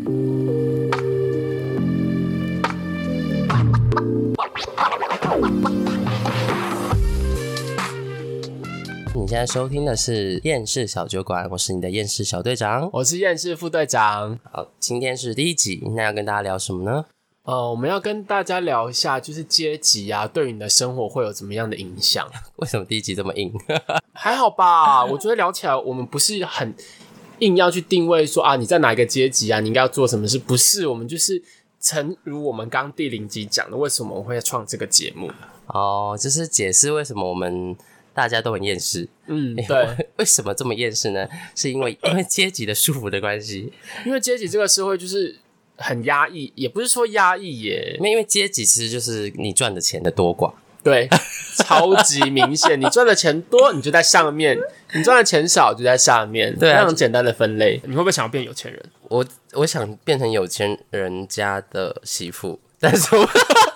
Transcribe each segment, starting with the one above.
你现在收听的是厌世小酒馆，我是你的厌世小队长， 我是厌世副队长。 好，今天是第一集，那要跟大家聊什么呢？ 我们要跟大家聊一下，就是阶级啊，对你的生活会有怎么样的影响？ 为什么第一集这么硬？ 还好吧，我觉得聊起来，我们不是很硬要去定位说啊，你在哪一个阶级啊，你应该要做什么事？不是，我们就是诚如我们刚第0集讲的，为什么我们会创这个节目？ 哦，就是解释为什么我们大家都很厌世。 对。 为什么这么厌世呢？是因为阶级的束缚的关系。 因为阶级这个社会就是很压抑，也不是说压抑耶， 因为阶级其实就是你赚的钱的多寡。 对，超级明显。你赚的钱多，你就在上面；你赚的钱少，就在下面。对啊，非常简单的分类。你会不会想要变有钱人？ 我想变成有钱人家的媳妇，但是我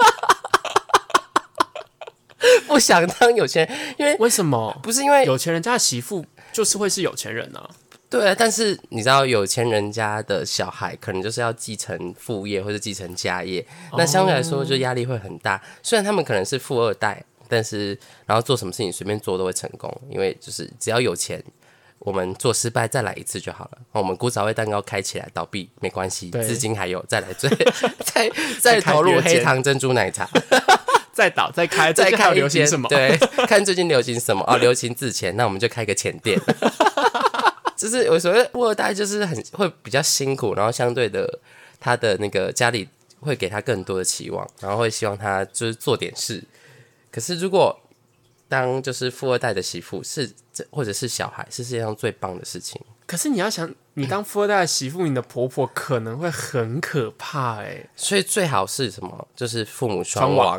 不想当有钱人，因为为什么？ 不是因为有钱人家的媳妇就是会是有钱人啊。 对啊，但是你知道有钱人家的小孩可能就是要继承父业或者继承家业，那相对来说就压力会很大。虽然他们可能是富二代，但是然后做什么事情随便做都会成功，因为就是只要有钱，我们做失败再来一次就好了。我们古早味蛋糕开起来倒闭没关系，资金还有，再来再投入黑糖珍珠奶茶。 再倒再开，再开流行什么？ 对，看最近流行什么哦，流行自钱，那我们就开个钱店。就是我所谓富二代，就是会比较辛苦，然后相对的，他的那个家里会给他更多的期望，然后会希望他就是做点事。可是如果当就是富二代的媳妇或者是小孩，是世界上最棒的事情。 可是你要想，你当富二代的媳妇，你的婆婆可能会很可怕欸。 所以最好是什么？就是父母双亡。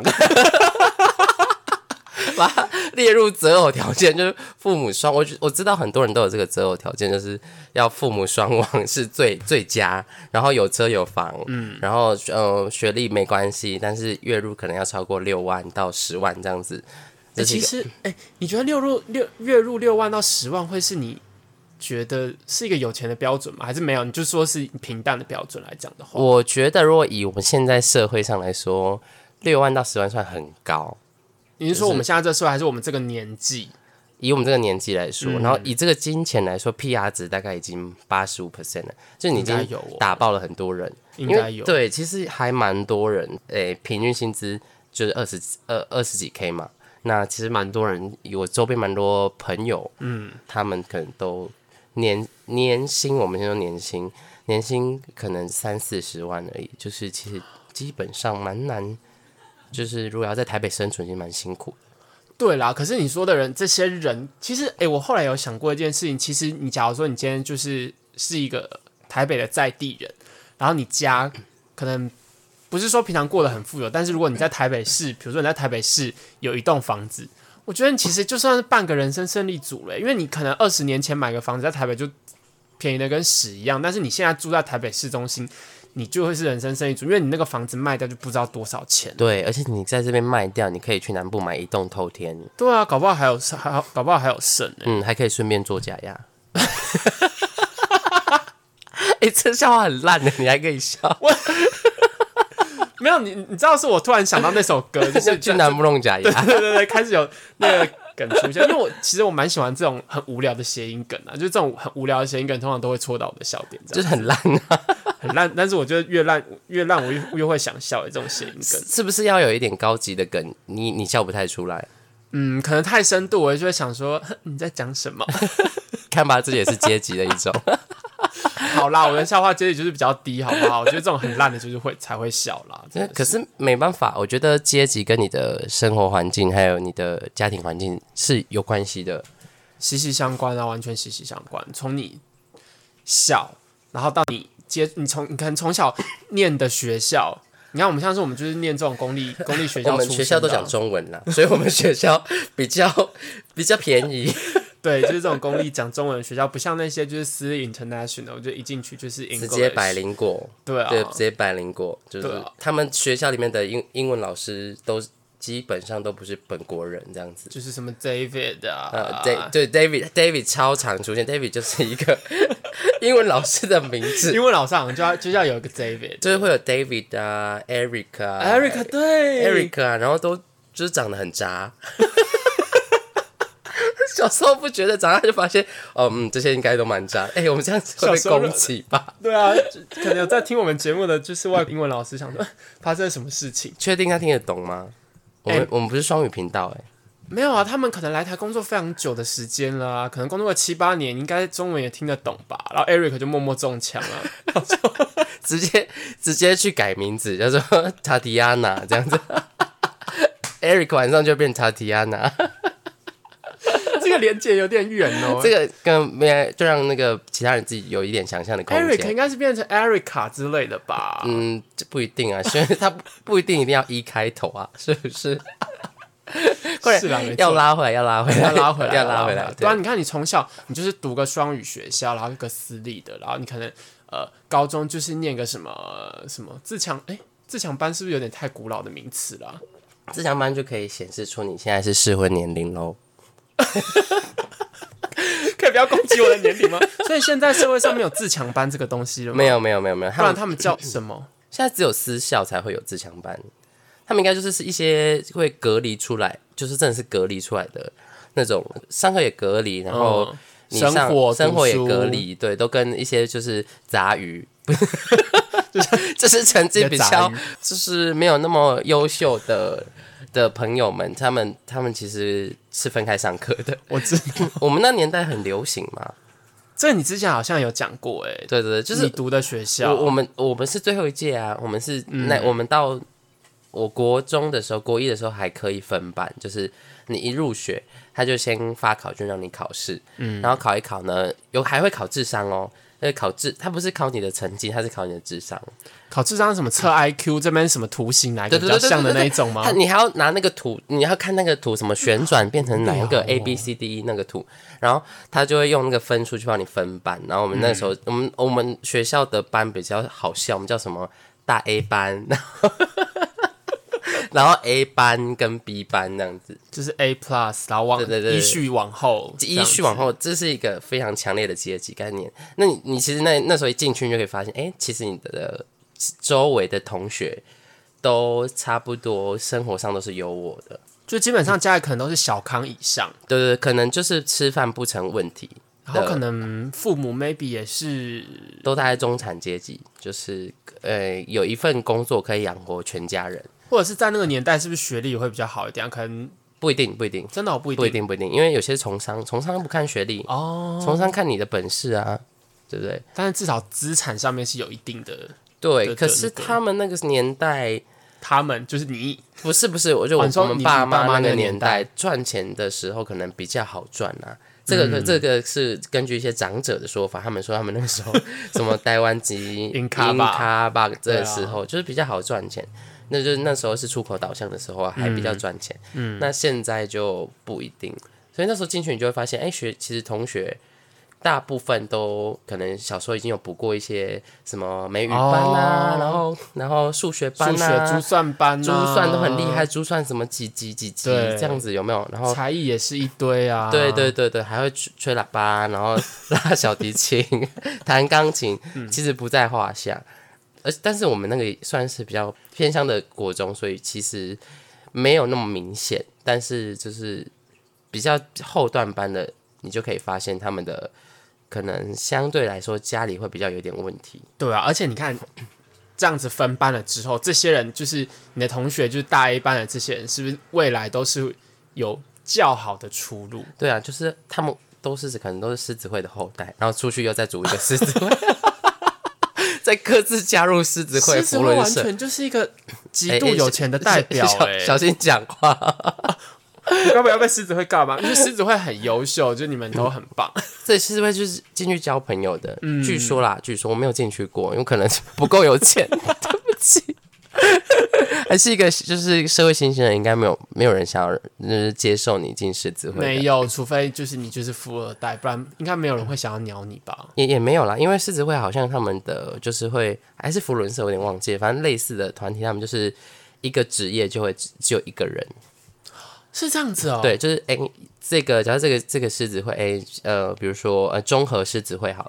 把它列入择偶条件，就是父母双。我知道很多人都有这个择偶条件，就是要父母双亡是最佳，然后有车有房，然后学历没关系，但是月入可能要超过6万到10万这样子。 其实，你觉得月入6万到10万会是你觉得是一个有钱的标准吗？还是没有？你就说是平淡的标准来讲的话， 我觉得如果以我们现在社会上来说，6万到10万算很高。 你是说我们现在这社会，还是我们这个年纪？ 以我们这个年纪来说，然后以这个金钱来说 ，PR 值大概已经85% 了，就是你已经打爆了很多人， 应该有。 对，其实还蛮多人，平均薪资就是20几 K 嘛。那其实蛮多人，我周边蛮多朋友，他们可能都年薪，我们先说年薪可能30-40万而已，就是其实基本上蛮难。就是如果要在台北生存，其实蛮辛苦的。 对啦，可是你说的人，这些人其实，我后来有想过一件事情，其实你假如说你今天是一个台北的在地人，然后你家可能不是说平常过得很富有，但是如果你在台北市，比如说你在台北市有一栋房子，我觉得你其实就算是半个人生胜利组了，因为你可能20年前买个房子在台北就便宜的跟屎一样，但是你现在住在台北市中心，你就会是人生胜利组，因为你那个房子卖掉就不知道多少钱。 对，而且你在这边卖掉，你可以去南部买一栋透天。 对啊，搞不好还有剩还可以顺便做假牙。这笑话很烂的，你还可以笑。 没有你知道是我突然想到那首歌，就是去南部弄假牙。 对，开始有那个梗出现，因为其实我蛮喜欢这种很无聊的谐音梗啊，就是这种很无聊的谐音梗，通常都会戳到我的笑点， 就是很烂啊， 很烂。但是我觉得越烂我越会想笑这种谐音梗， 是不是要有一点高级的梗，你笑不太出来？ 可能太深度，我就会想说你在讲什么？ 看吧，这也是阶级的一种。 好啦，我的笑话阶级就是比较低，好不好？我觉得这种很烂的，就是才会笑啦。 可是没办法，我觉得阶级跟你的生活环境还有你的家庭环境是有关系的， 息息相关啊，完全息息相关。从你小，然后到你可能从小念的学校。你看，我们像是我们就是念这种公立学校， 我们学校都讲中文啦，所以我们学校比较便宜。 对，就是这种公立讲中文的学校，不像那些就是私立 international， 就一进去就是 English， 直接百灵果。 对啊， 对，直接百灵果，就是他们学校里面的英文老师都基本上都不是本国人，这样子。 就是什么 David 啊， 对 David 超常出现 ，David 就是一个英文老师的名字， 英文老师好像就要有一个 David， 就是会有 David 啊，Eric 啊 ，Eric 对 ，Eric 啊，然后都就是长得很渣。小时候不觉得，长大就发现，这些应该都蛮渣。我们这样子会被攻击吧？ 对啊，可能有在听我们节目的就是外国英文老师想说发生了什么事情？ 确定他听得懂吗？我们不是双语频道没有啊，他们可能来台工作非常久的时间了啊，可能工作了7-8年，应该中文也听得懂吧？然后 Eric 就默默中枪啊， 直接去改名字，叫做 Tatiana 这样子。Eric 晚上就变 Tatiana。 这个连结有点远哦。 这个就让那个其他人自己有一点想象的空间。 Eric 应该是变成 Erica 之类的吧？ 这不一定啊，所以他不一定一定要一开头啊，是不是？ 是啦， 要拉回来。 对啊，你看你从小你就是读个双语学校，然后一个私立的，然后你可能高中就是念个什么自强班，是不是有点太古老的名词了？ 自强班就可以显示出你现在是适婚年龄喽。 可以不要攻击我的年龄吗？所以现在社会上没有自强班这个东西了吗？ 没有，不然他们叫什么？ 现在只有私校才会有自强班，他们应该就是一些会隔离出来，就是真的是隔离出来的那种，上课也隔离，然后你生活也隔离，对，都跟一些就是杂鱼，就是成绩比较就是没有那么优秀的朋友们，他们其实是分开上课的。 我知道， 我们那年代很流行嘛。 这你之前好像有讲过对，就是你读的学校。 我们是最后一届啊，我们是我们到我国中的时候，国一的时候还可以分班，就是你一入学，他就先发考卷让你考试，然后考一考呢，还会考智商哦。他不是考你的成绩，他是考你的智商。 考智商是什么测 IQ 这边什么图形哪一个比较像的那一种吗？ 你还要拿那个图，你要看那个图什么旋转变成哪一个 ABCDE 那个图，然后他就会用那个分数去帮你分班。然后我们那时候，我们学校的班比较好笑，我们叫什么大 A 班，然后 A 班跟 B 班这样子， 就是 A plus， 然后依序往后， 这是一个非常强烈的阶级概念。那你其实那时候一进去，你就可以发现，其实你的周围的同学都差不多，生活上都是有我的， 就基本上家里可能都是小康以上， 对，可能就是吃饭不成问题。 然后可能父母 maybe 也是都大概中产阶级，就是有一份工作可以养活全家人。 或者是在那个年代，是不是学历也会比较好一点？可能不一定， 真的不一定， 因为有些从商不看学历哦，从商看你的本事啊，对不对？ 但是至少资产上面是有一定的。 对，可是他们那个年代， 他们就是你不是，我就我们爸妈那个年代赚钱的时候可能比较好赚啊。这个是根据一些长者的说法，他们说他们那个时候什么台湾籍英卡吧，这个时候就是比较好赚钱。那就是那时候是出口导向的时候还比较赚钱，那现在就不一定。所以那时候进去你就会发现，其实同学大部分都可能小时候已经有补过一些什么美语班啊，然后数学班啊， 数学珠算班啊， 珠算都很厉害，珠算什么几级这样子有没有？然后才艺也是一堆啊， 对，还会吹喇叭，然后拉小提琴、弹钢琴，其实不在话下。但是我们那个算是比较偏向的国中，所以其实没有那么明显，但是就是比较后段班的，你就可以发现他们的可能相对来说家里会比较有点问题。 对啊，而且你看这样子分班了之后，这些人就是你的同学，就是大 A 班的这些人，是不是未来都是有较好的出路？ 对啊，就是他们可能都是狮子会的后代，然后出去又再组一个狮子会。再各自加入狮子会， 狮子会完全就是一个极度有钱的代表。 小心讲话， 你该不要被狮子会告吧？因为狮子会很优秀，就你们都很棒。 这狮子会就是进去交朋友的，据说我没有进去过，因为可能不够有钱，对不起。还是一个就是社会新鲜人，应该没有人想要就是接受你进狮子会。 没有，除非就是你就是富二代，不然应该没有人会想要鸟你吧？ 也没有啦，因为狮子会好像他们的就是会还是福伦社，有点忘记了，反正类似的团体，他们就是一个职业就会只有一个人， 是这样子哦。 对，就是假如这个狮子会比如说综合狮子会好了。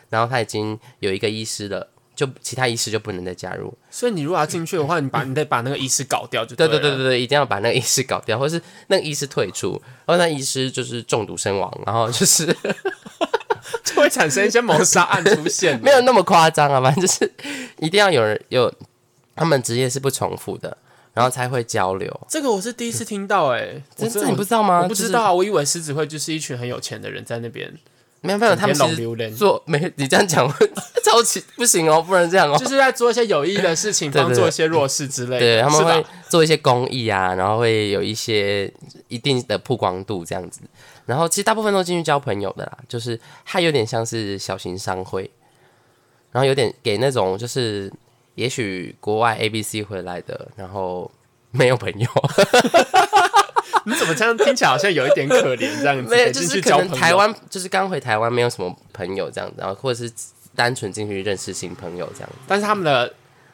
然后他已经有一个医师了，就其他医师就不能再加入。 所以你如果要进去的话，你得把那个医师搞掉就对了。 对，一定要把那个医师搞掉，或是那个医师退出，然后那医师就是中毒身亡，然后就是就会产生一些谋杀案出现。 没有那么夸张啊，反正就是一定要有人有他们职业是不重复的，然后才会交流。 这个我是第一次听到这你不知道吗？ 我不知道啊，我以为狮子会就是一群很有钱的人在那边。 没有，他们其实做没你这样讲超级不行哦，不能这样哦。 就是在做一些有意义的事情，帮助一些弱势之类的。 对，他们会做一些公益啊，然后会有一些一定的曝光度这样子。然后其实大部分都进去交朋友的啦，就是它有点像是小型商会，然后有点给那种就是也许国外 ABC 回来的，然后没有朋友。 你怎么这样听起来好像有一点可怜这样子？ 没有，就是可能台湾就是刚回台湾，没有什么朋友这样子，然后或者是单纯进去认识新朋友这样子。 但是他们的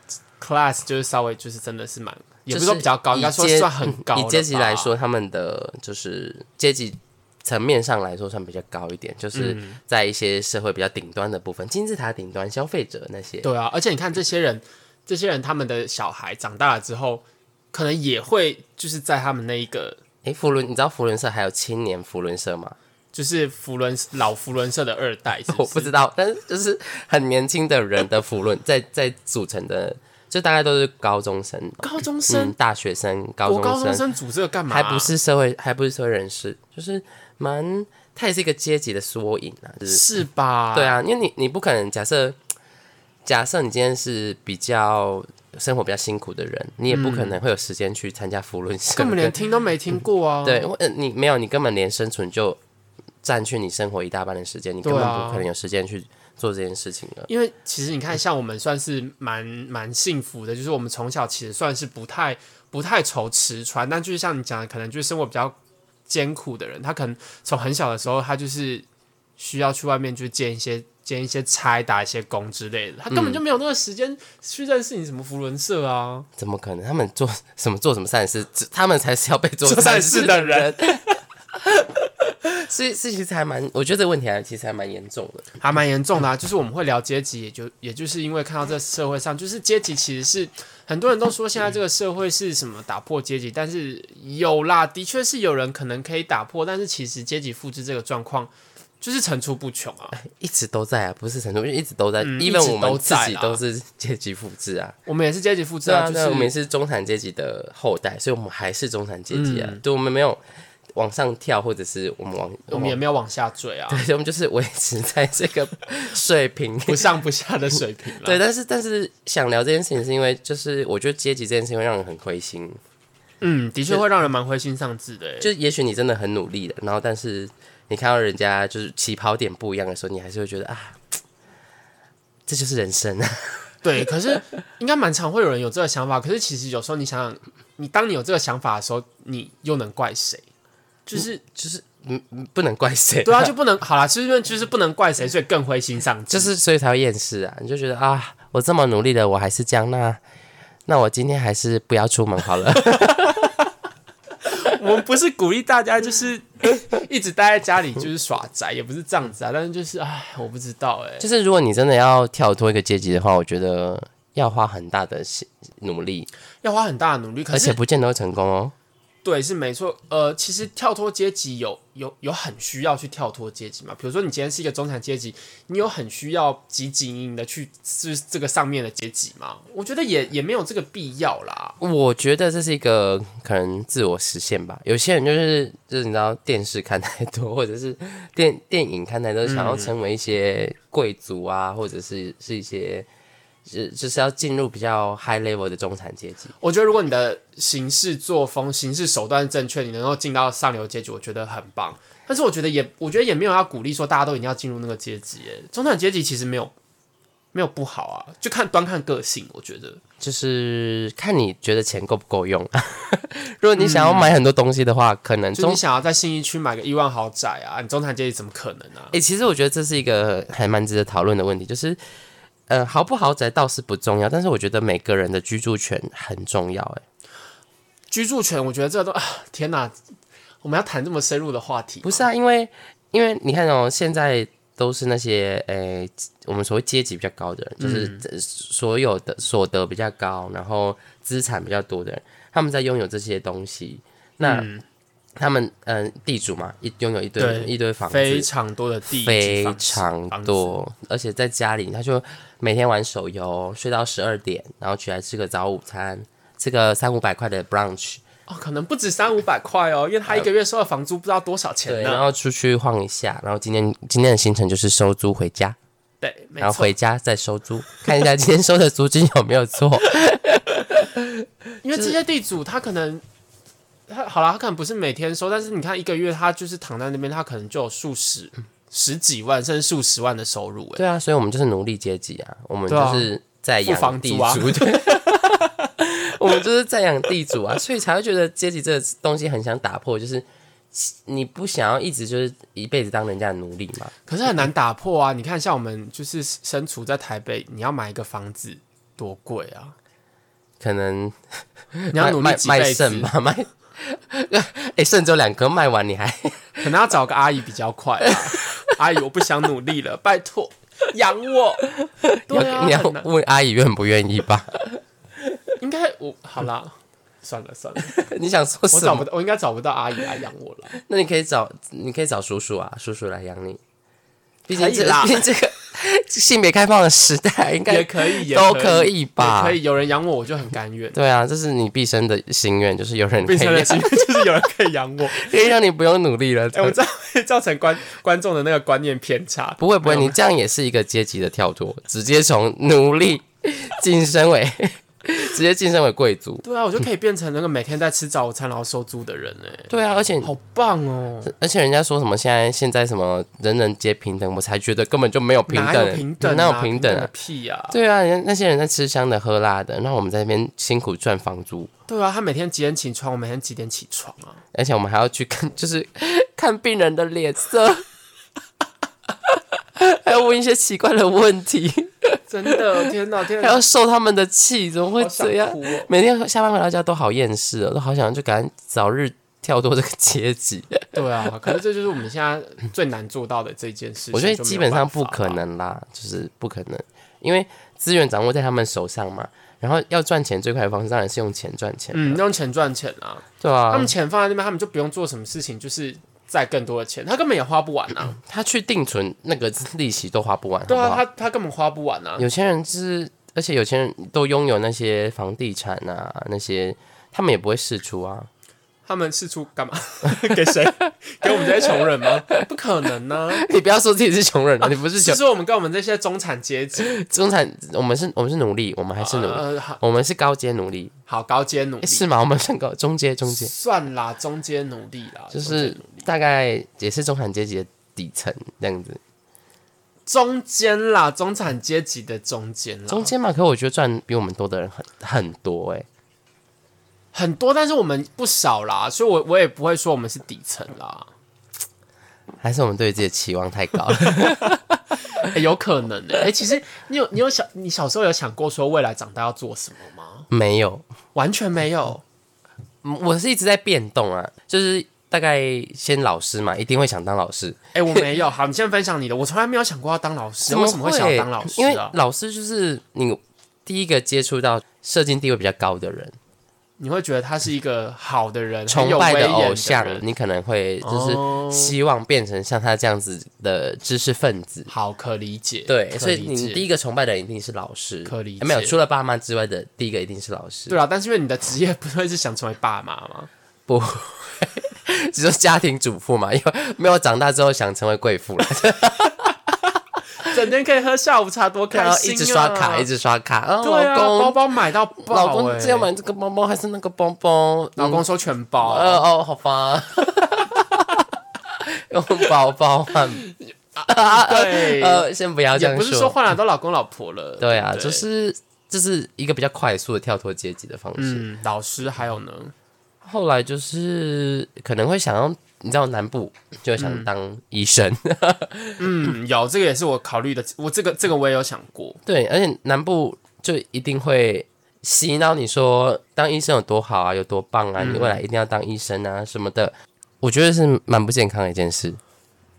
class 就是稍微就是真的是蛮，也不是说比较高，应该说算很高。 以阶级来说，他们的就是阶级层面上来说算比较高一点，就是在一些社会比较顶端的部分，金字塔顶端消费者那些。 对啊，而且你看这些人他们的小孩长大了之后，可能也会就是在他们那一个。 你知道福伦社还有青年福伦社吗？ 就是老福伦社的二代是不是？ 我不知道，但是就是很年轻的人的福伦在组成的，就大概都是高中生、大学生、高中生组这个干嘛？ 还不是社会人士，就是它也是一个阶级的缩影啊， 是吧？ 对啊，因为你不可能假设你今天是比较。生活比较辛苦的人，你也不可能会有时间去参加福伦社， 根本连听都没听过啊。 对，你根本连生存就占去你生活一大半的时间，你根本不可能有时间去做这件事情了。 因为其实你看，像我们算是蛮幸福的，就是我们从小其实算是不太愁吃穿，但就是像你讲的，可能就是生活比较艰苦的人，他可能从很小的时候，他就是需要去外面就兼一些差，打一些工之类的，他根本就没有那个时间去认识你什么福伦社啊！ 怎么可能？他们做什么善事，他们才是要被做善事的人。 所以其实我觉得这个问题其实还蛮严重的， 还蛮严重的啊！就是我们会聊阶级，也就是因为看到这个社会上，就是阶级其实是很多人都说现在这个社会是什么打破阶级，但是有啦，的确是有人可能可以打破，但是其实阶级复制这个状况。就是层出不穷啊， 一直都在啊，不是层出，一直都在。even 我们自己都是阶级复制啊， 我们也是阶级复制啊，就是我们也是中产阶级的后代，所以我们还是中产阶级啊。对，我们没有往上跳，或者是我们也没有往下坠啊。 对，我们就是维持在这个水平， 不上不下的水平。 对，但是想聊这件事情，是因为就是我觉得阶级这件事情会让人很灰心。 的确会让人蛮灰心丧志的。 就也许你真的很努力了，然后但是。你看到人家就是起跑点不一样的时候，你还是会觉得啊，这就是人生啊。 对，可是应该蛮常会有人有这个想法。可是其实有时候你想想，当你有这个想法的时候，你又能怪谁？就是不能怪谁。 对啊，就不能好啦，就是不能怪谁，所以更灰心丧志。 就是所以才会厌世啊！你就觉得啊，我这么努力了，我还是这样，那我今天还是不要出门好了。 我们不是鼓励大家就是一直待在家里就是耍宅，也不是这样子啊。但是就是我不知道就是如果你真的要跳脱一个阶级的话，我觉得要花很大的努力， 而且不见得会成功哦。 对，是没错。其实跳脱阶级有很需要去跳脱阶级嘛？比如说你今天是一个中产阶级，你有很需要汲汲营营的去是这个上面的阶级吗？我觉得也没有这个必要啦。 我觉得这是一个可能自我实现吧。有些人就是你知道电视看太多，或者是电影看太多，想要成为一些贵族啊，或者是一些。就是要进入比较 high level 的中产阶级。 我觉得如果你的行事作风、行事手段正确，你能够进到上流阶级，我觉得很棒。但是我觉得也没有要鼓励说大家都一定要进入那个阶级。中产阶级其实没有不好啊，就端看个性。我觉得就是看你觉得钱够不够用。如果你想要买很多东西的话，可能就你想要在信义区买个1万豪宅啊，你中产阶级怎么可能啊？ 其实我觉得这是一个还蛮值得讨论的问题，就是。豪不豪宅倒是不重要，但是我觉得每个人的居住权很重要。 居住权，我觉得这都天哪，我们要谈这么深入的话题？ 不是啊，因为你看现在都是那些我们所谓阶级比较高的人，就是所有的所得比较高，然后资产比较多的人，他们在拥有这些东西。那他们地主嘛，拥有一堆房子， 非常多的地， 非常多，而且在家里他就每天玩手游，睡到12点，然后起来吃个早午餐，吃个300-500块的 brunch。 哦，可能不止300-500块哦，因为他一个月收的房租不知道多少钱呢。 对，然后出去晃一下，然后今天的行程就是收租回家， 对，没错， 然后回家再收租，看一下今天收的租金有没有错。 因为这些地主他可能好啦，他可能不是每天收，但是你看一个月他就是躺在那边，他可能就有十几万甚至数十万的收入。 对啊，所以我们就是奴隶阶级啊，我们就是在养地主。我们就是在养地主啊，所以才会觉得阶级这个东西很想打破，就是你不想要一直就是一辈子当人家的奴隶嘛。 可是很难打破啊！你看，像我们就是身处在台北，你要买一个房子多贵啊！ 可能你要努力几辈子卖肾嘛，肾只有2颗，卖完你还可能要找个阿姨比较快啊。阿姨，我不想努力了，拜托养我。对啊， 你要问阿姨愿不愿意吧？ 应该好啦，算了， 你想说什么？ 我应该找不到阿姨来养我了。 那你可以找叔叔啊，叔叔来养你。毕竟这个性别开放的时代，应该也可以， 都可以吧？ 可以，有人养我就很甘愿。 对啊，这是你毕生的心愿，就是有人可以毕生的心愿就是有人可以养我， 可以让你不用努力了。 我这样会造成观众的那个观念偏差。 不会，你这样也是一个阶级的跳脱，直接从奴隶直接晋升为贵族。 对啊，我就可以变成那个每天在吃早餐然后收租的人对啊，而且好棒哦！ 而且人家说什么现在什么人人皆平等，我才觉得根本就没有平等，哪有平等啊？ 屁啊！ 对啊，那些人在吃香的喝辣的，那我们在那边辛苦赚房租。 对啊，他每天几点起床，我每天几点起床啊？ 而且我们还要去看病人的脸色，还要问一些奇怪的问题。 真的，天哪！ 还要受他们的气，怎么会这样？每天下班回到家都好厌世哦，都好想就赶紧早日跳脱这个阶级。 对啊，可是这就是我们现在最难做到的这件事情。 我觉得基本上不可能啦，就是不可能，因为资源掌握在他们手上嘛。然后要赚钱最快的方式当然是用钱赚钱。 用钱赚钱啊。对啊，他们钱放在那边，他们就不用做什么事情，就是再更多的钱，他根本也花不完啊。 他去定存那个利息都花不完。 对啊， 好不好？ 他根本花不完啊。 有钱人而且有钱人都拥有那些房地产啊，那些他们也不会释出啊。 他们释出干嘛？给谁？给我们这些穷人吗？不可能啊！ 你不要说自己是穷人了，你不是穷。 是说我们跟我们这些中产阶级， 我们是奴隶，我们还是奴隶，我们是高阶奴隶。 好，高阶奴隶是吗？我们算中阶。 算啦，中阶奴隶啦， 就是大概也是中产阶级的底层这样子。 中间啦，中产阶级的中间啦， 中间嘛。可我觉得赚比我们多的人很多很多，但是我们不少啦，所以我也不会说我们是底层啦。 还是我们对自己的期望太高了？ 有可能其实你小时候有想过说未来长大要做什么吗？ 没有， 完全没有。 我是一直在变动啊，就是大概先老师嘛，一定会想当老师。 我没有。好，你先分享你的。我从来没有想过要当老师。为什么会想要当老师因为老师就是你第一个接触到社经地位比较高的人。 你会觉得他是一个好的人， 崇拜的偶像，你可能会就是希望变成像他这样子的知识分子。 好，可理解。 对，所以你第一个崇拜的人一定是老师， 可理解。 没有，除了爸妈之外的第一个一定是老师。 对啊，但是因为你的职业不会是想成为爸妈吗？ 不会，只是家庭主妇嘛，因为没有长大之后想成为贵妇了。 整天可以喝下午茶，多开心啊！ 一直刷卡。 对啊，包包买到爆。 老公只要买这个包包还是那个包包？ 老公说全包。 好吧。用包包换。 对。 先不要这样说。 也不是说换了都老公老婆了。 对啊，就是这是一个比较快速的跳脱阶级的方式。 老师还有呢？ 后来就是可能会想要。你知道南部就想当医生。 有这个也是我考虑的，我这个我也有想过。 对，而且南部就一定会洗脑你说当医生有多好啊，有多棒啊，你未来一定要当医生啊什么的。我觉得是蛮不健康的一件事。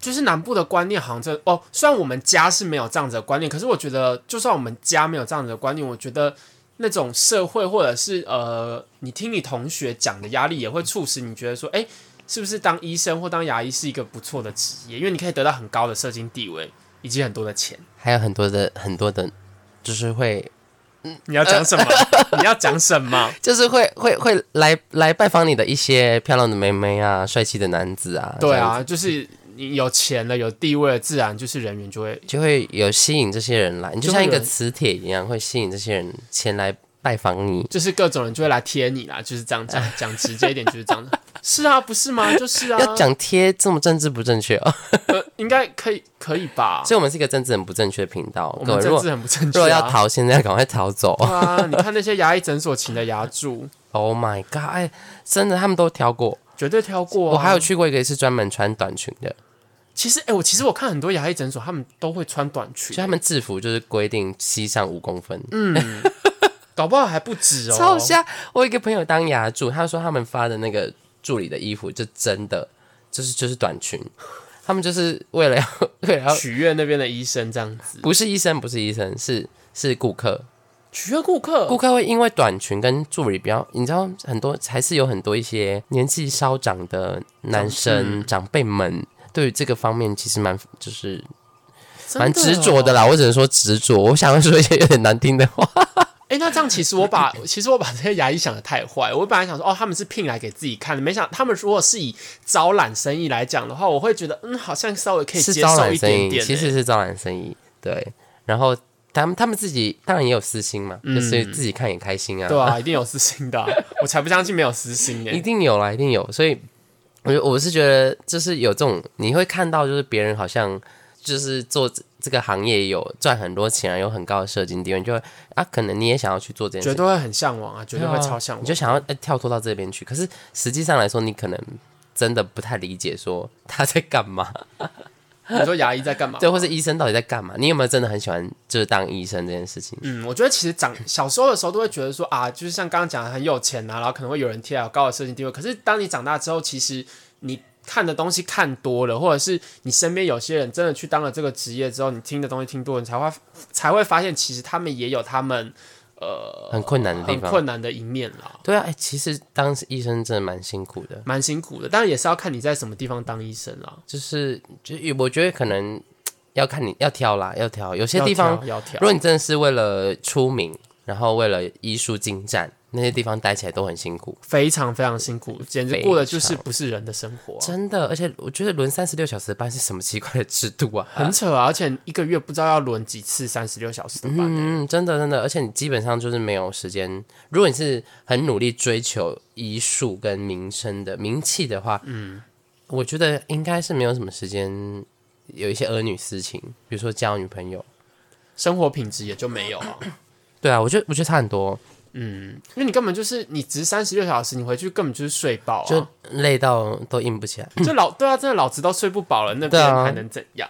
就是南部的观念好像虽然我们家是没有这样子的观念，可是我觉得就算我们家没有这样子的观念，我觉得那种社会或者是你听你同学讲的压力，也会促使你觉得说，是不是当医生或当牙医是一个不错的职业？因为你可以得到很高的社经地位以及很多的钱， 还有很多的，就是会。 你要讲什么？你要讲什么？ 就是会来拜访你的一些漂亮的妹妹啊，帅气的男子啊。 对啊，就是你有钱了，有地位了，自然就是人缘就会有吸引这些人来，你就像一个磁铁一样，会吸引这些人前来拜访你。 就是各种人就会来贴你啦，就是这样讲直接一点就是这样的。是啊，不是吗？就是啊。 要讲贴这么政治不正确哦？ 应该可以吧？ 所以我们是一个政治很不正确的频道。 我们政治很不正确、啊。 如果要逃，现在赶快逃走。 对啊，你看那些牙医诊所请的牙助。 Oh my god！ 真的，他们都挑过， 绝对挑过、啊。 我还有去过一个是专门穿短裙的。 其实我看很多牙医诊所，他们都会穿短裙， 就他们制服就是规定膝上5公分。 搞不好还不止哦。 超瞎！我有一个朋友当牙助，他说他们发的那个助理的衣服就真的就是短裙，他们就是为了要取悦那边的医生这样子。 不是医生，是顾客。 取悦顾客会因为短裙跟助理比较，你知道还是有很多一些年纪稍长的男生长辈们，对于这个方面其实蛮执着的啦。我只能说执着。我想要说一些有点难听的话。 那这样其实我把这些牙医想的太坏。我本来想说，他们是聘来给自己看的，没想他们如果是以招揽生意来讲的话，我会觉得好像稍微可以接受一点点。 其实是招揽生意，对。然后他们自己当然也有私心嘛，就是自己看也开心啊。 对啊，一定有私心的、啊，我才不相信没有私心一定有啦，一定有。所以我是觉得，就是有这种你会看到，就是别人好像就是做这个行业有赚很多钱啊，有很高的社经地位，你就会可能你也想要去做这件事， 绝对会很向往啊，绝对会超向往。 你就想要跳脱到这边去，可是实际上来说，你可能真的不太理解说他在干嘛。 你说牙医在干嘛？ 对，或是医生到底在干嘛？你有没有真的很喜欢就是当医生这件事情？ 我觉得其实小时候的时候都会觉得说就是像刚刚讲的很有钱啊，然后可能会有人贴有高的社经地位。可是当你长大之后，其实你看的东西看多了，或者是你身边有些人真的去当了这个职业之后，你听的东西听多了，你才会发现，其实他们也有他们很困难的地方， 很困难的一面啦。 对啊，其实当医生真的蛮辛苦的， 蛮辛苦的。当然也是要看你在什么地方当医生啦。 就我觉得可能要看你要挑啦，要挑。有些地方要挑， 如果你真的是为了出名，然后为了医术精湛，那些地方待起来都很辛苦， 非常非常辛苦，简直过的就是不是人的生活、 真的。而且我觉得轮36小时的班是什么奇怪的制度啊？ 很扯啊！而且一个月不知道要轮几次36小时的班、 真的。而且你基本上就是没有时间。如果你是很努力追求医术跟名气的话，我觉得应该是没有什么时间有一些儿女私情，比如说交女朋友， 生活品质也就没有啊。 对啊，我觉得差很多。 因为你根本就是你只是36小时，你回去根本就是睡饱、啊， 就累到都硬不起来。 对啊，真的老子都睡不饱了，那边还能怎样？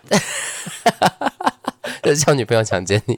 就是叫女朋友强奸你。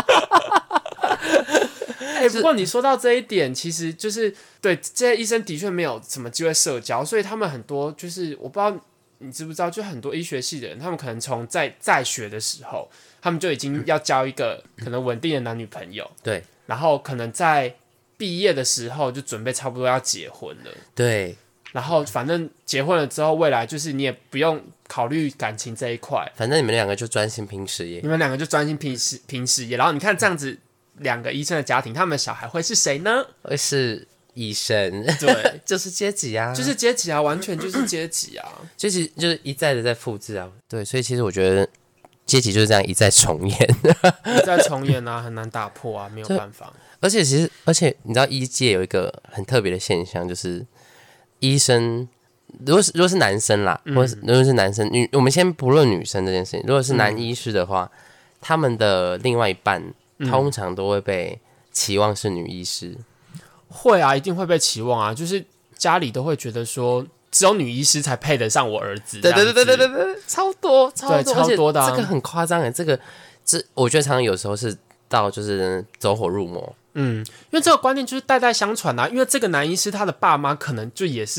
不过你说到这一点，其实就是对这些医生的确没有什么机会社交，所以他们很多就是我不知道你知不知道，就很多医学系的人，他们可能从在学的时候，他们就已经要交一个可能稳定的男女朋友， 对， 然后可能在毕业的时候就准备差不多要结婚了， 对， 然后反正结婚了之后，未来就是你也不用考虑感情这一块， 反正你们两个就专心拼事业， 你们两个就专心拼事业，然后你看这样子两个医生的家庭，他们的小孩会是谁呢？ 会是医生， 对， 就是阶级啊， 就是阶级啊，完全就是阶级啊， 就是一再的在复制啊，对，所以其实我觉得阶级就是这样一再重演， 一再重演啊，很难打破啊，没有办法。 而且你知道医界有一个很特别的现象，就是医生如果是男生啦，或者如果是男生，我们先不论女生这件事情，如果是男医师的话，他们的另外一半通常都会被期望是女医师。 会啊，一定会被期望啊，就是家里都会觉得说，只有女医师才配得上我儿子。 对，超多， 超多的、啊， 这个很夸张哎，我觉得常常有时候是到就是走火入魔。 因为这个观念就是代代相传啊，因为这个男医师他的爸妈可能就也是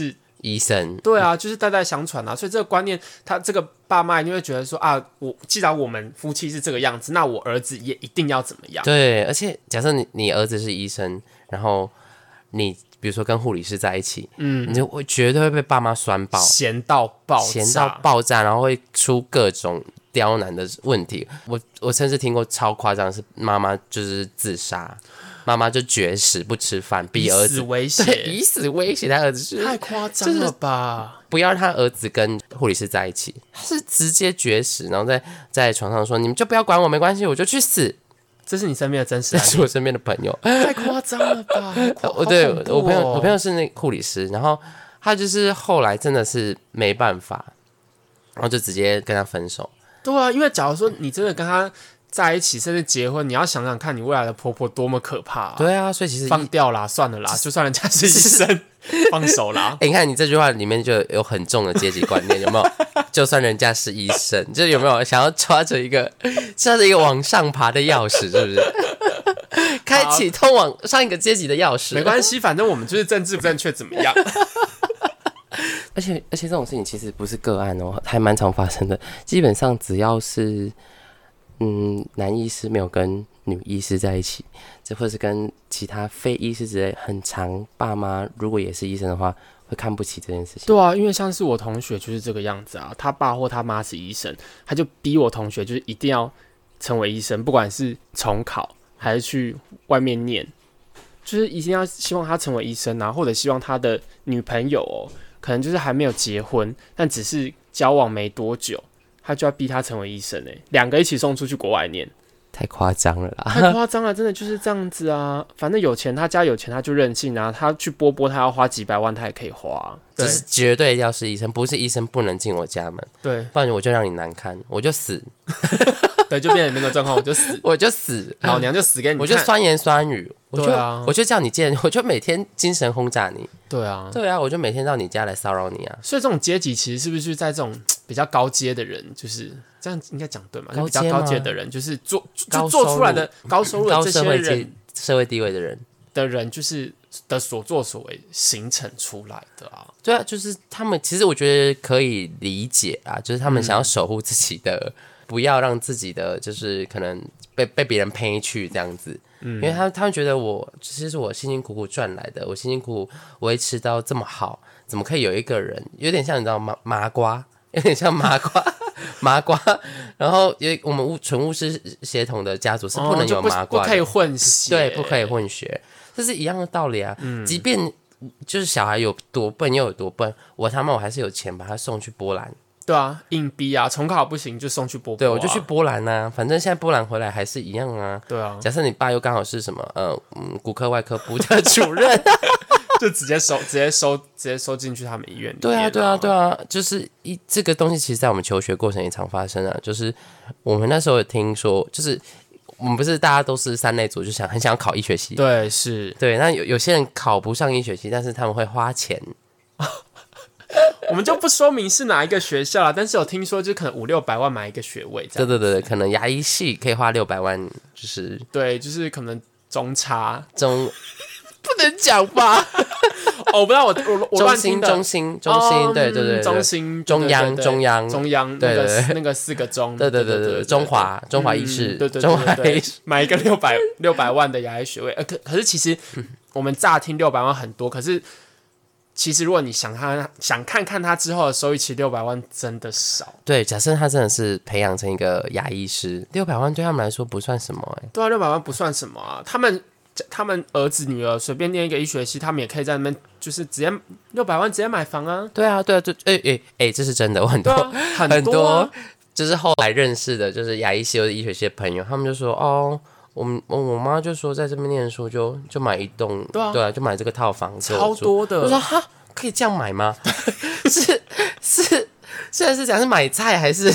医生。 对啊，就是代代相传啊，所以这个观念，他这个爸妈一定会觉得说啊，既然我们夫妻是这个样子，那我儿子也一定要怎么样。 对，而且假设你儿子是医生，然后你比如说跟护理师在一起，你就会绝对会被爸妈酸爆， 闲到爆炸， 然后会出各种刁难的问题。我甚至听过超夸张的是妈妈就是自杀，妈妈就绝食不吃饭，逼儿子以死威胁他儿子， 太夸张了吧？ 不要让他儿子跟护理师在一起，他是直接绝食，然后在床上说你们就不要管我，没关系，我就去死。 这是你身边的真实案例？ 这是我身边的朋友， 太夸张了吧？ 对， 我朋友是那护理师，然后他就是后来真的是没办法，然后就直接跟他分手。 对啊，因为假如说你真的跟他在一起，甚至结婚，你要想想看你未来的婆婆多么可怕啊。 对啊，所以其实放掉啦，算了啦，就算人家是医生，放手啦。 你看你这句话里面就有很重的阶级观念，有没有？就算人家是医生，就有没有想要抓着一个往上爬的钥匙，是不是？开启通往上一个阶级的钥匙。 没关系，反正我们就是政治不正确，怎么样？ 而且这种事情其实不是个案哦，还蛮常发生的。基本上只要是男医师没有跟女医师在一起，这或是跟其他非医师之类，很常爸妈如果也是医生的话，会看不起这件事情。 对啊，因为像是我同学就是这个样子啊，他爸或他妈是医生，他就逼我同学就是一定要成为医生，不管是重考还是去外面念，就是一定要希望他成为医生啊，或者希望他的女朋友可能就是还没有结婚，但只是交往没多久，他就要逼他成为医生两个一起送出去国外念。 太夸张了啦！ 太夸张了，真的就是这样子啊！反正有钱，他家有钱，他就任性啊！他去波，他要花几百万，他也可以花。 只是绝对要是医生，不是医生不能进我家门。 对， 不然我就让你难看，我就死。 对，就变成那个状况，我就死，老娘就死给你看， 我就酸言酸语， 我就叫你见，我就每天精神轰炸你。 对啊， 我就每天到你家来骚扰你啊！ 所以这种阶级其实是不是在这种比较高阶的人，就是这样应该讲对吗？比较高阶的人，就是做出来的高收入的这些人， 社会地位的人， 就是的所作所为形成出来的啊。 对啊，就是他们其实我觉得可以理解啊，就是他们想要守护自己的，不要让自己的就是可能被别人呸去这样子。因为他们觉得其实是我辛辛苦苦赚来的，我辛辛苦苦维持到这么好，怎么可以有一个人有点像你知道麻瓜，有点像麻瓜，然后因为我们纯巫师血统的家族是不能有麻瓜的， 不可以混血， 对，不可以混血，这是一样的道理啊。即便就是小孩有多笨又有多笨，我还是有钱把他送去波兰。 对啊，硬逼啊，重考不行就送去波。 对，我就去波兰啊，反正现在波兰回来还是一样啊。 对啊， 假设你爸又刚好是什么骨科外科部的主任， 就直接收进去他们医院里面。 对啊，就是这个东西，其实在我们求学过程也常发生啊。就是我们那时候有听说，就是我们不是大家都是三类组，就很想要考医学系。 对，是。 对，那有些人考不上医学系，但是他们会花钱。 我们就不说明是哪一个学校了，但是有听说就可能500-600万买一个学位这样。 对，可能牙医系可以花600万，就是对，就是可能中差不能讲吧？ 我不知道，我乱听的。 中心，对， 中心， 中央， 对，那个4个中， 对，中华医师， 对，中华医师买一个600万的牙医学位，可是其实我们乍听600万很多，可是。其实，如果你想看看他之后的收益，其实600万真的少。 对，假设他真的是培养成一个牙医师，600万对他们来说不算什么对啊，600万不算什么啊。他们儿子女儿随便念一个医学系，他们也可以在那边就是直接600万直接买房啊。 对啊，这是真的，我很多就是后来认识的，就是牙医系或者医学系的朋友，他们就说我妈就说在这边念书就买一栋，对啊，就买这个套房， 超多的。 我说哈，可以这样买吗？是现在是讲是买菜还是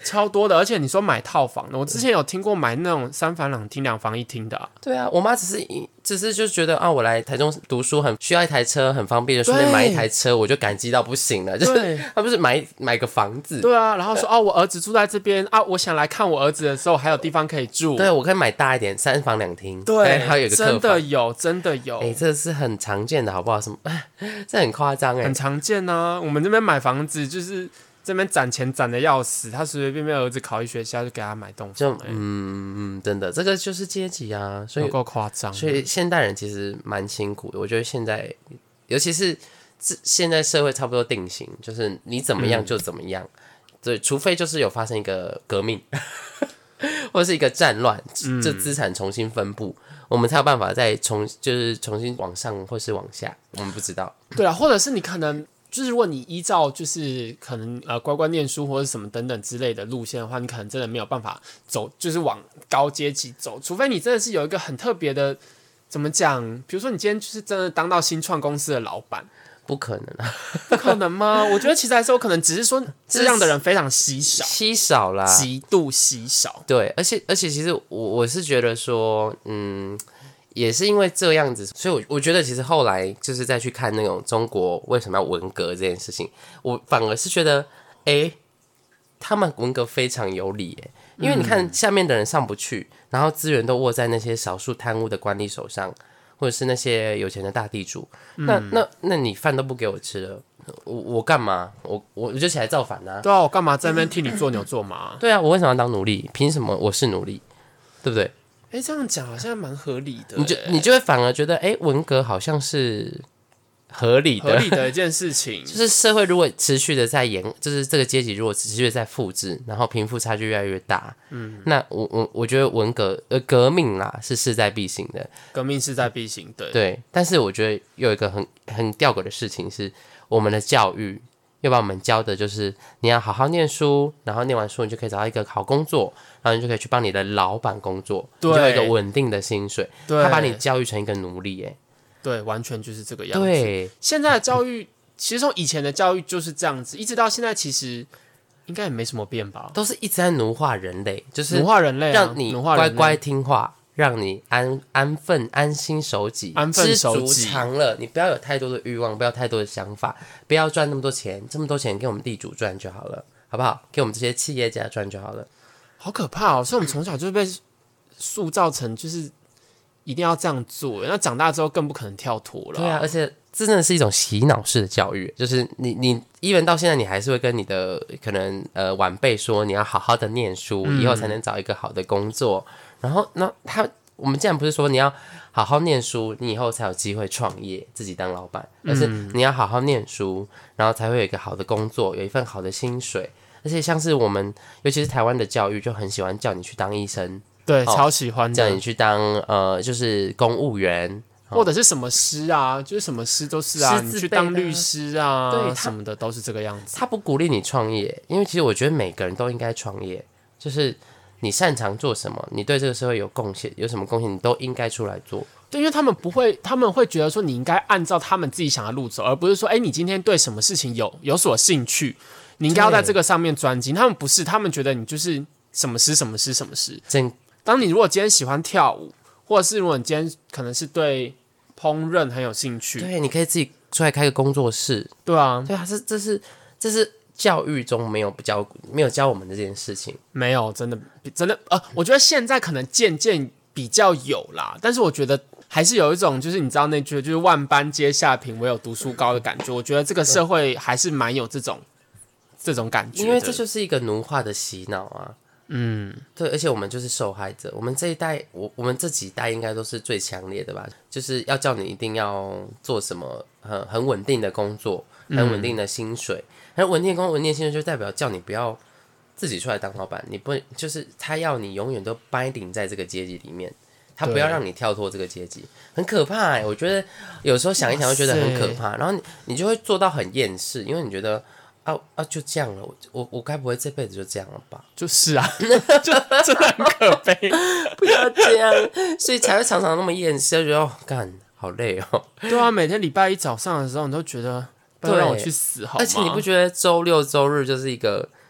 超多的。而且你说买套房的，我之前有听过买那种3房2厅2房1厅的、啊。 对啊，我妈只是就觉得啊，我来台中读书很需要一台车，很方便，就顺便买一台车，我就感激到不行了。就是她不是买个房子， 对啊，然后说我儿子住在这边啊，我想来看我儿子的时候还有地方可以住。 对，我可以买大一点，3房2厅， 对， 还有一个客房， 真的有， 这是很常见的，好不好？什么？这很夸张很常见啊。我们这边买房子就是这边攒钱攒的要死，他随随便便儿子考一学校就给他买栋房、 真的，这个就是阶级啊，所以有够夸张。 所以现代人其实蛮辛苦的，我觉得现在，尤其是现在社会差不多定型，就是你怎么样就怎么样，对，除非就是有发生一个革命，或者是一个战乱，这资产重新分布，我们才有办法再重新往上或是往下，我们不知道。 对啊，或者是你可能。就是如果你依照就是可能乖乖念书或者什么等等之类的路线的话，你可能真的没有办法走，就是往高阶级走，除非你真的是有一个很特别的，怎么讲？比如说你今天就是真的当到新创公司的老板， 不可能啊， 不可能吗？我觉得其实还是有可能，只是说这样的人非常稀少啦， 极度稀少。 对，而且其实我是觉得说，也是因为这样子，所以我觉得其实后来就是再去看那种中国为什么要文革这件事情，我反而是觉得，他们文革非常有理耶，因为你看下面的人上不去，然后资源都握在那些少数贪污的官吏手上，或者是那些有钱的大地主，那你饭都不给我吃了，我干嘛？我就起来造反啊！ 对啊，我干嘛在那边替你做牛做马？ 对啊，我为什么要当奴隶？凭什么我是奴隶？对不对？ 这样讲好像蛮合理的。 你就会反而觉得，文革好像是合理的一件事情。 就是社会如果持续的在就是这个阶级如果持续的在复制，然后贫富差距越来越大，那我觉得革命啦是势在必行的， 革命势在必行， 对。但是我觉得有一个很吊诡的事情是，我们的教育又把我们教的就是你要好好念书，然后念完书你就可以找到一个好工作，然后你就可以去帮你的老板工作，你就有一个稳定的薪水。他把你教育成一个奴隶， 对，完全就是这个样子。 对， 现在的教育其实从以前的教育就是这样子，一直到现在其实应该也没什么变吧， 都是一直在奴化人类，就是奴化人类、 让你乖乖听话。让你安心守己，知足常乐。你不要有太多的欲望，不要太多的想法，不要赚那么多钱，这么多钱给我们地主赚就好了，好不好？给我们这些企业家赚就好了。 好可怕哦！所以我们从小就被塑造成就是一定要这样做，那长大之后更不可能跳脱了。 对啊，而且这真的是一种洗脑式的教育，就是你even到现在，你还是会跟你的可能晚辈说，你要好好的念书，以后才能找一个好的工作。然后我们既然不是说你要好好念书，你以后才有机会创业，自己当老板，而是你要好好念书，然后才会有一个好的工作，有一份好的薪水。而且像是我们，尤其是台湾的教育，就很喜欢叫你去当医生， 对，超喜欢的， 叫你去当就是公务员。 或者是什么师啊，就是什么师都是啊，你去当律师啊，对，什么的都是这个样子。 他不鼓励你创业，因为其实我觉得每个人都应该创业，就是你擅长做什么，你对这个社会有贡献，有什么贡献，你都应该出来做。 对，因为他们不会，他们会觉得说你应该按照他们自己想的路走，而不是说，你今天对什么事情有所兴趣，你应该要在这个上面专精。他们不是，他们觉得你就是什么师。当你如果今天喜欢跳舞，或者是如果你今天可能是对烹饪很有兴趣， 对，你可以自己出来开个工作室。 对啊， 这是教育中没有教我们的这件事情。 没有，真的我觉得现在可能渐渐比较有啦，但是我觉得还是有一种就是你知道那句就是万般皆下品，唯有读书高的感觉。我觉得这个社会还是蛮有这种感觉的， 因为这就是一个奴化的洗脑啊。对，而且我们就是受害者。我们这一代，我们这几代应该都是最强烈的吧？就是要叫你一定要做什么很稳定的工作，很稳定的薪水，很稳定的工作、稳定的薪水，就代表叫你不要自己出来当老板。你不就是他要你永远都 binding 在这个阶级里面，他不要让你跳脱这个阶级，很可怕我觉得有时候想一想，会觉得很可怕。然后你就会做到很厌世，因为你觉得。就这样了，我该不会这辈子就这样了吧？ 就是啊，就真的很可悲， 不要这样，所以才会常常那么厌世，就觉得干好累哦。 对啊，每天礼拜一早上的时候，你都觉得不要让我去死好吗？ 而且你不觉得周六周日就是一个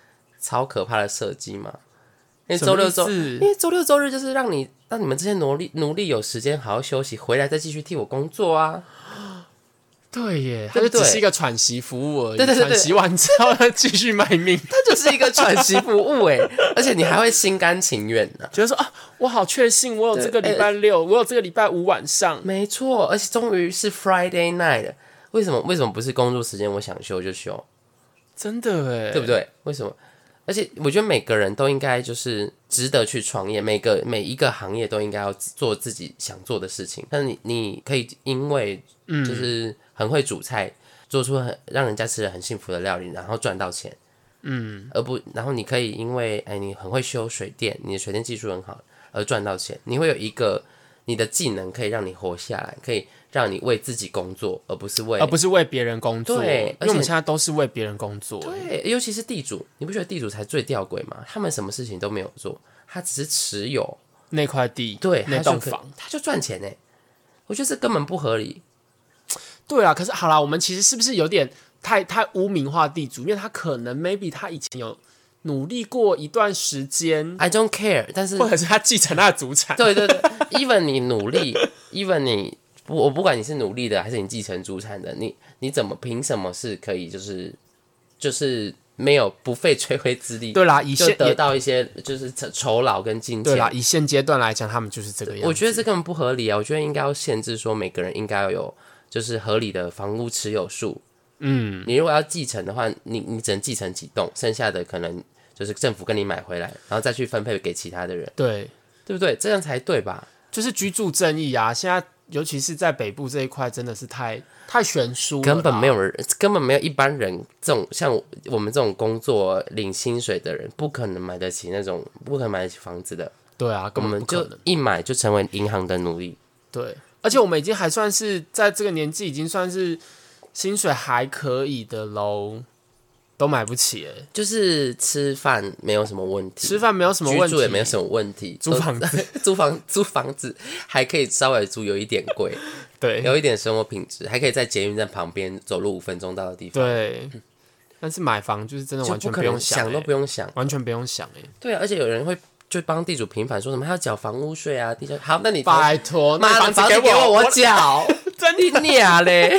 超可怕的设计吗？因为周六周日就是让你们这些奴隶有时间好好休息，回来再继续替我工作啊。 对耶，它就只是一个喘息服务而已。 对， 喘息完之后继续卖命， 它就是一个喘息服务而且你还会心甘情愿的， 觉得说啊，我好确信我有这个礼拜六，我有这个礼拜五晚上， 没错，而且终于是 Friday night 了。为什么不是工作时间我想休就休？ 真的哎， 对不对？为什么？而且我觉得每个人都应该就是值得去创业，每一个行业都应该要做自己想做的事情。但你可以因为就是很会煮菜，做出让人家吃的很幸福的料理，然后赚到钱。然后你可以因为你很会修水电，你的水电技术很好而赚到钱。你会有一个你的技能可以让你活下来，可以让你为自己工作，而不是为别人工作。 对，因为我们现在都是为别人工作。 对，尤其是地主，你不觉得地主才最吊诡吗？他们什么事情都没有做，他只是持有那块地， 对， 那栋房， 他就赚钱欸。我觉得这根本不合理。 对啊，可是好啦，我们其实是不是有点太污名化地主？因为他可能 maybe 他以前有努力过一段时间 ，I don't care， 但是或者是他继承他的祖产。 对，even 你努力，even 我不管你是努力的还是你继承祖产的，你怎么凭什么是可以就是没有不费吹灰之力？ 对啦， 就得到一些就是酬劳跟金钱。 对啦，以现阶段来讲，他们就是这个样子。 我觉得这根本不合理啊！我觉得应该要限制说每个人应该要有就是合理的房屋持有数。你如果要继承的话，你只能继承几栋，剩下的可能就是政府跟你买回来，然后再去分配给其他的人。 对不对？这样才对吧？ 就是居住正义啊！现在尤其是在北部这一块，真的是太悬殊了， 根本没有一般人这种像我们这种工作领薪水的人，不可能买得起房子的。 对啊，根本不可能。 我们就一买就成为银行的奴隶。 对，而且我们已经还算是在这个年纪，已经算是薪水还可以的喽，都买不起就是吃饭没有什么问题， 吃饭没有什么问题， 居住也没有什么问题， 租房子租房子还可以稍微租有一点贵， 对， 有一点生活品质，还可以在捷运站旁边走路5分钟到的地方。 对，但是买房就是真的完全不用想都不用想， 完全不用想对啊，而且有人会就帮地主平反，说什么他要缴房屋税啊，地价好，那你拜托， 妈的房子给我缴， 真的你娘嘞，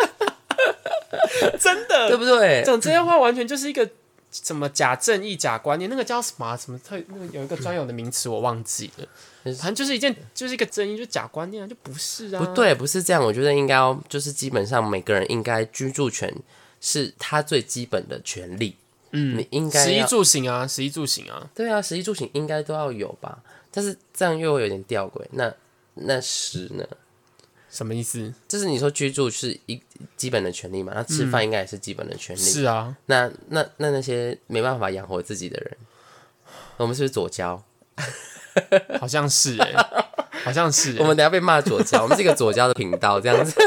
真的对不对？ 讲这些话完全就是一个什么假正义、假观念，那个叫什么那个有一个专有的名词我忘记了，反正就是一个正义，就假观念，就不是啊， 不对，不是这样。我觉得应该要就是基本上每个人应该居住权是他最基本的权利。你应该食衣住行啊， 对啊，食衣住行应该都要有吧？但是这样又会有点吊诡。那食呢？ 什么意思？ 就是你说居住是基本的权利嘛？那吃饭应该也是基本的权利。 是啊。 那些没办法养活自己的人，我们是不是左交？ 好像是好像是我们等一下被骂左交，我们是一个左交的频道，这样子。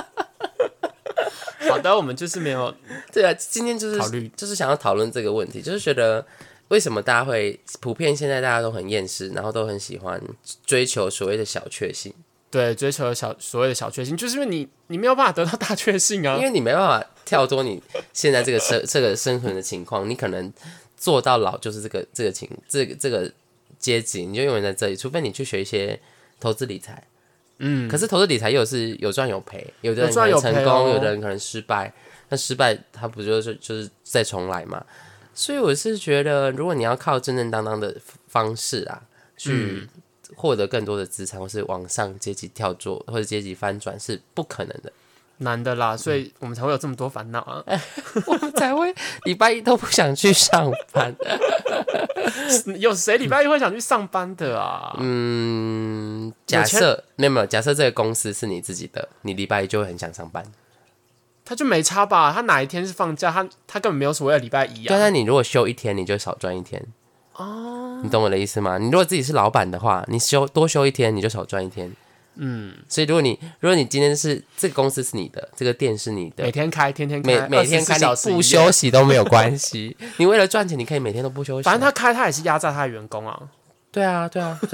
好的，我们就是没有。 对啊，今天就是想要讨论这个问题，就是觉得为什么大家会普遍现在大家都很厌世，然后都很喜欢追求所谓的小确幸。 对，追求所谓的小确幸，就是因为你没有办法得到大确幸啊， 因为你没办法跳脱你现在这个生存的情况，你可能做到老就是这个阶级，你就永远在这里，除非你去学一些投资理财。可是投资理财又是有赚有赔，有的人可能成功，有的人可能失败。那失败他不就是再重来嘛？所以我是觉得，如果你要靠正正当当的方式啊，去获得更多的资产，或是往上阶级跳做，或者阶级翻转，是不可能的， 难的啦。所以我们才会有这么多烦恼啊， 我们才会礼拜一都不想去上班。 有谁礼拜一会想去上班的啊？ 假设没有，假设这个公司是你自己的，你礼拜一就会很想上班。 他就没差吧？他哪一天是放假？他根本没有所谓的礼拜一啊。 对，但你如果休一天，你就少赚一天。你懂我的意思吗？你如果自己是老板的话，你多休一天，你就少赚一天。所以如果你今天是这个公司是你的，这个店是你的， 每天开，天天开， 每天开，你不休息都没有关系。你为了赚钱，你可以每天都不休息。 反正他开，他也是压榨他的员工啊。 对啊。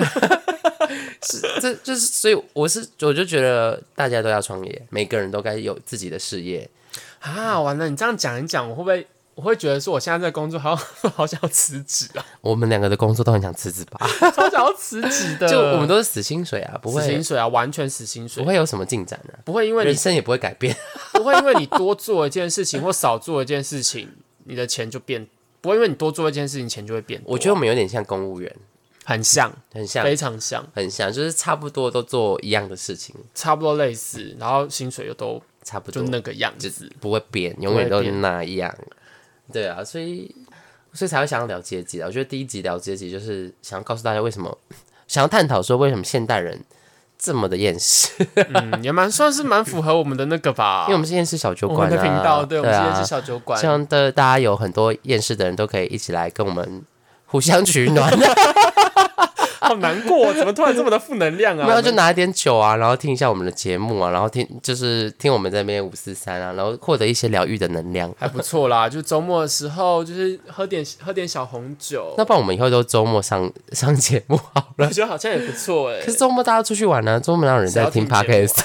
这就是，所以我就觉得大家都要创业，每个人都该有自己的事业啊。完了，你这样讲一讲，我会不会我会觉得说，我现在这个工作好想要辞职啊， 我们两个的工作都很想辞职吧？ 超想要辞职的。 就我们都是死薪水啊，不会死薪水啊，完全死薪水， 不会有什么进展啊， 不会因为你人生也不会改变。 不会因为你多做一件事情或少做一件事情，你的钱就变，不会因为你多做一件事情，钱就会变多。 我觉得我们有点像公务员， 很像， 很像， 非常像， 很像，就是差不多都做一样的事情， 差不多类似，然后薪水又都差不多就那个样子， 不会变，永远都那样。对啊，所以才会想要聊阶级啊。我觉得第一集聊阶级，就是想要告诉大家为什么，想要探讨说为什么现代人这么的厌世。 也算是蛮符合我们的那个吧， 因为我们是厌世小酒馆、啊， 我们的频道，对，我们是啊厌世小酒馆。 希望大家有很多厌世的人都可以一起来跟我们互相取暖。 好难过，怎么突然这么的负能量啊？ 没有，就拿一点酒啊，然后听一下我们的节目啊，然后听我们在那边543啊，然后获得一些疗愈的能量， 还不错啦。就周末的时候，就是喝点小红酒。 那不然我们以后都周末上节目好了。 我觉得好像也不错哎。 可是周末大家出去玩呢、周末哪有人在听 podcast？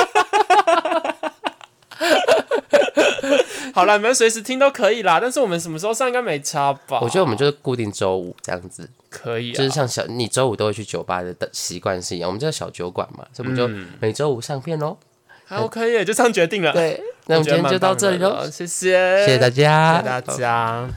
好啦，你们随时听都可以啦，但是我们什么时候上应该没差吧？ 我觉得我们就是固定周五这样子， 可以啊， 就是像你周五都会去酒吧的习惯是一样，我们叫小酒馆嘛，所以我们就每周五上片咯。 还 OK 耶，就这样决定了。 对，那我们今天就到这里咯， 谢谢， 谢谢大家， 谢谢大家。